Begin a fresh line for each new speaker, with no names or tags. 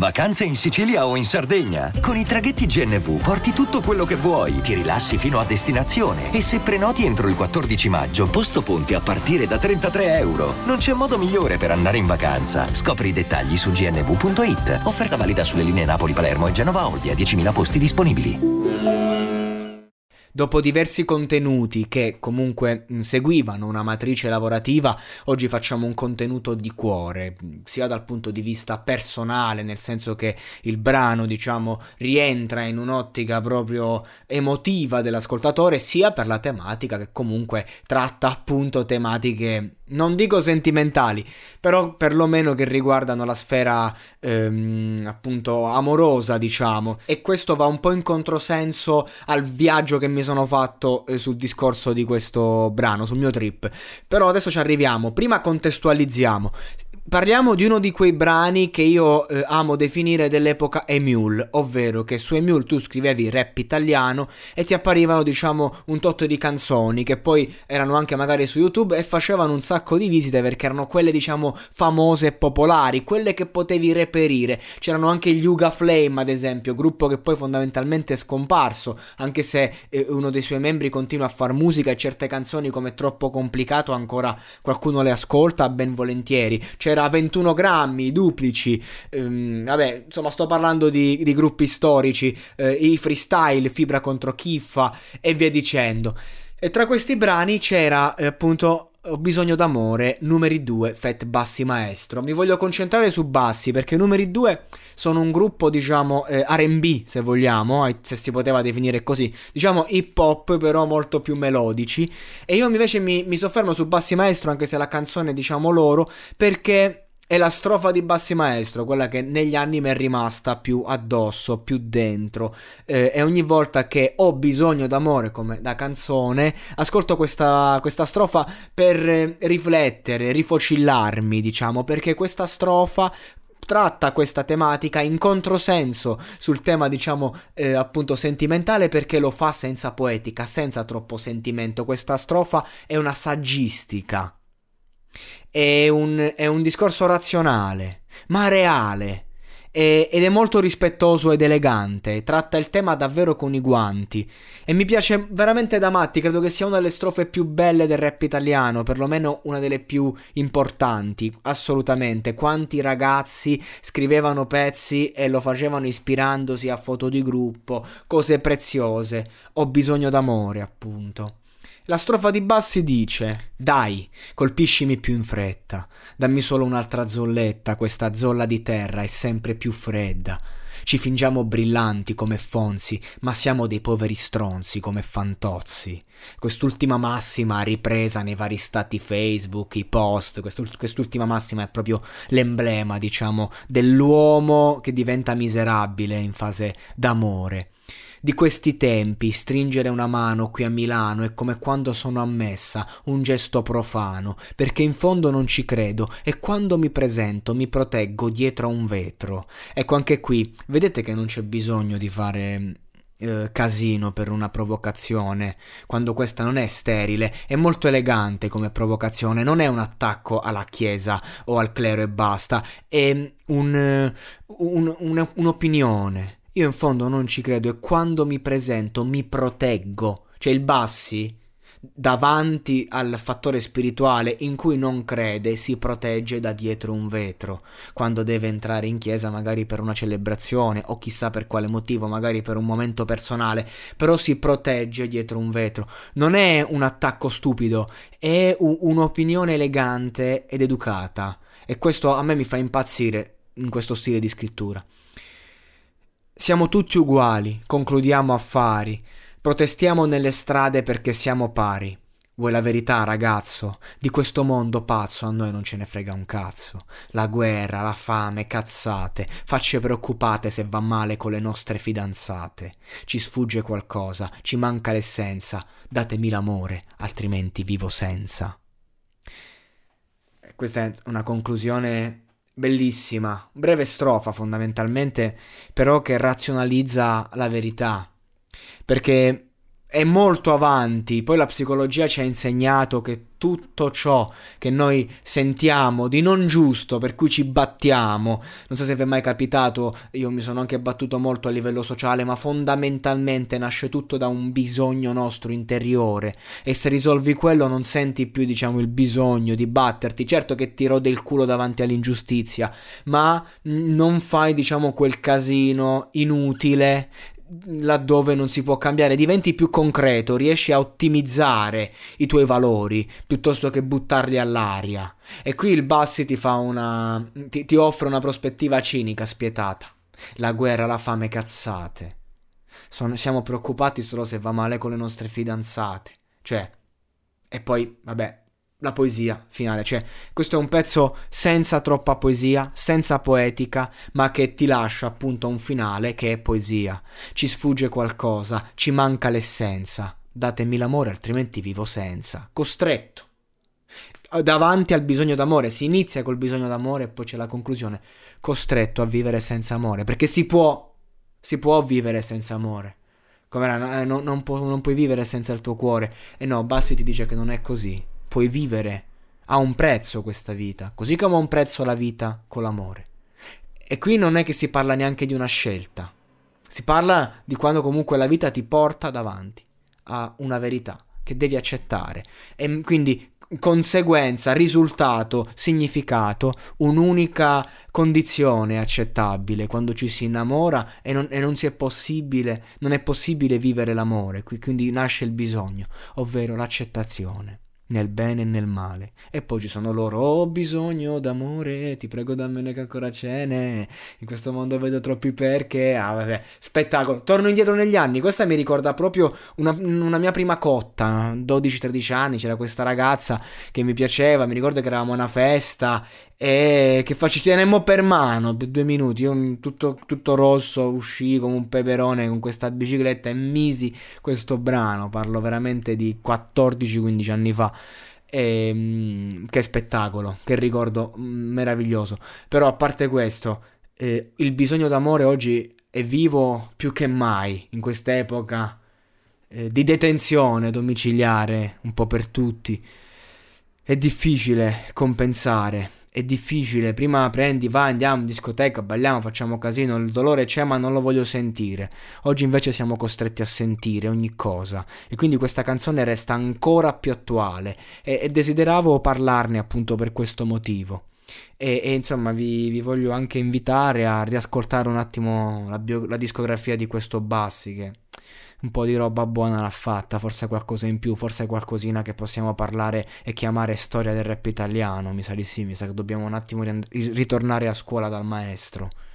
Vacanze in Sicilia o in Sardegna? Con i traghetti GNV porti tutto quello che vuoi, ti rilassi fino a destinazione e se prenoti entro il 14 maggio, posto ponti a partire da €33. Non c'è modo migliore per andare in vacanza. Scopri i dettagli su gnv.it. Offerta valida sulle linee Napoli-Palermo e Genova-Olbia, 10.000 posti disponibili.
Dopo diversi contenuti che comunque seguivano una matrice lavorativa, oggi facciamo un contenuto di cuore, sia dal punto di vista personale, nel senso che il brano, diciamo, rientra in un'ottica proprio emotiva dell'ascoltatore, sia per la tematica che comunque tratta appunto tematiche, non dico sentimentali, però perlomeno che riguardano la sfera appunto amorosa, diciamo, e questo va un po' in controsenso al viaggio che mi sono fatto sul discorso di questo brano, sul mio trip. Però adesso ci arriviamo. Prima contestualizziamo. Parliamo di uno di quei brani che io amo definire dell'epoca Emule, ovvero che su Emule tu scrivevi rap italiano e ti apparivano, diciamo, un tot di canzoni che poi erano anche magari su YouTube e facevano un sacco di visite perché erano quelle, diciamo, famose e popolari, quelle che potevi reperire. C'erano anche gli Uga Flame, ad esempio, gruppo che poi fondamentalmente è scomparso, anche se uno dei suoi membri continua a far musica e certe canzoni come Troppo Complicato ancora qualcuno le ascolta ben volentieri. C'era 21 grammi, Duplici, vabbè, insomma sto parlando di gruppi storici, i Freestyle, Fibra contro Chiffa e via dicendo. E tra questi brani c'era appunto Ho bisogno d'amore, numeri 2, Fat Bassi Maestro. Mi voglio concentrare su Bassi perché numeri 2 sono un gruppo, diciamo, R&B, se vogliamo, se si poteva definire così, diciamo hip hop però molto più melodici, e io invece mi soffermo su Bassi Maestro, anche se la canzone, diciamo, loro, perché è la strofa di Bassi Maestro, quella che negli anni mi è rimasta più addosso, più dentro, e ogni volta che ho bisogno d'amore, come da canzone, ascolto questa strofa per riflettere, rifocillarmi, diciamo, perché questa strofa tratta questa tematica in controsenso sul tema, diciamo, appunto sentimentale, perché lo fa senza poetica, senza troppo sentimento. Questa strofa è una saggistica. È un discorso razionale, ma reale, ed è molto rispettoso ed elegante, tratta il tema davvero con i guanti, e mi piace veramente da matti. Credo che sia una delle strofe più belle del rap italiano, perlomeno una delle più importanti, assolutamente. Quanti ragazzi scrivevano pezzi e lo facevano ispirandosi a foto di gruppo, cose preziose. Ho bisogno d'amore, appunto. La strofa di Bassi dice: dai, colpiscimi più in fretta, dammi solo un'altra zolletta, questa zolla di terra è sempre più fredda. Ci fingiamo brillanti come Fonzi, ma siamo dei poveri stronzi come Fantozzi. Quest'ultima massima ripresa nei vari stati Facebook, i post, quest'ultima massima è proprio l'emblema, diciamo, dell'uomo che diventa miserabile in fase d'amore. Di questi tempi stringere una mano qui a Milano è come quando sono ammessa, un gesto profano, perché in fondo non ci credo e quando mi presento mi proteggo dietro a un vetro. Ecco, anche qui vedete che non c'è bisogno di fare casino per una provocazione, quando questa non è sterile, è molto elegante come provocazione, non è un attacco alla chiesa o al clero e basta, è un'opinione. Io in fondo non ci credo e quando mi presento mi proteggo. Cioè il Bassi, davanti al fattore spirituale in cui non crede, si protegge da dietro un vetro. Quando deve entrare in chiesa, magari per una celebrazione o chissà per quale motivo, magari per un momento personale, però si protegge dietro un vetro. Non è un attacco stupido, è un'opinione elegante ed educata. E questo a me mi fa impazzire in questo stile di scrittura. Siamo tutti uguali, concludiamo affari, protestiamo nelle strade perché siamo pari. Vuoi la verità, ragazzo? Di questo mondo pazzo a noi non ce ne frega un cazzo. La guerra, la fame, cazzate, facce preoccupate se va male con le nostre fidanzate. Ci sfugge qualcosa, ci manca l'essenza, datemi l'amore, altrimenti vivo senza. Questa è una conclusione bellissima, breve strofa fondamentalmente, però che razionalizza la verità, perché è molto avanti. Poi la psicologia ci ha insegnato che tutto ciò che noi sentiamo di non giusto, per cui ci battiamo, non so se vi è mai capitato, io mi sono anche battuto molto a livello sociale, ma fondamentalmente nasce tutto da un bisogno nostro interiore, e se risolvi quello non senti più, diciamo, il bisogno di batterti. Certo che ti rode il culo davanti all'ingiustizia, ma non fai, diciamo, quel casino inutile laddove non si può cambiare, diventi più concreto, riesci a ottimizzare i tuoi valori piuttosto che buttarli all'aria. E qui il Bassi ti offre una prospettiva cinica, spietata. La guerra, la fame, cazzate. Siamo preoccupati solo se va male con le nostre fidanzate. Cioè, e poi, vabbè, la poesia finale. Cioè, questo è un pezzo senza troppa poesia, senza poetica, ma che ti lascia appunto un finale che è poesia. Ci sfugge qualcosa, ci manca l'essenza. Datemi l'amore, altrimenti vivo senza. Costretto davanti al bisogno d'amore. Si inizia col bisogno d'amore e poi c'è la conclusione. Costretto a vivere senza amore, perché si può vivere senza amore. Come non puoi vivere senza il tuo cuore. E no, Bassi ti dice che non è così. Puoi vivere, ha un prezzo questa vita, così come ha un prezzo la vita con l'amore. E qui non è che si parla neanche di una scelta, si parla di quando comunque la vita ti porta davanti a una verità che devi accettare, e quindi conseguenza, risultato, significato, un'unica condizione accettabile quando ci si innamora e non è possibile vivere l'amore, quindi nasce il bisogno, ovvero l'accettazione. Nel bene e nel male. E poi ci sono loro: ho bisogno d'amore, ti prego dammene che ancora ce n'è, in questo mondo vedo troppi perché. Ah vabbè, spettacolo. Torno indietro negli anni, questa mi ricorda proprio una mia prima cotta, 12-13 anni, c'era questa ragazza che mi piaceva, mi ricordo che eravamo a una festa e che ci tenemmo per mano per 2 minuti, io tutto rosso uscii come un peperone con questa bicicletta e misi questo brano. Parlo veramente di 14-15 anni fa. Che spettacolo, che ricordo meraviglioso. Però a parte questo, il bisogno d'amore oggi è vivo più che mai in quest'epoca di detenzione domiciliare un po' per tutti. È difficile compensare, è difficile. Prima prendi, vai, andiamo in discoteca, balliamo, facciamo casino, il dolore c'è ma non lo voglio sentire. Oggi invece siamo costretti a sentire ogni cosa, e quindi questa canzone resta ancora più attuale, e desideravo parlarne appunto per questo motivo. E insomma vi voglio anche invitare a riascoltare un attimo la discografia di questo Bassi, che un po' di roba buona l'ha fatta, forse qualcosa in più, forse qualcosina che possiamo parlare e chiamare storia del rap italiano. Mi sa di sì, mi sa che dobbiamo un attimo ritornare a scuola dal maestro.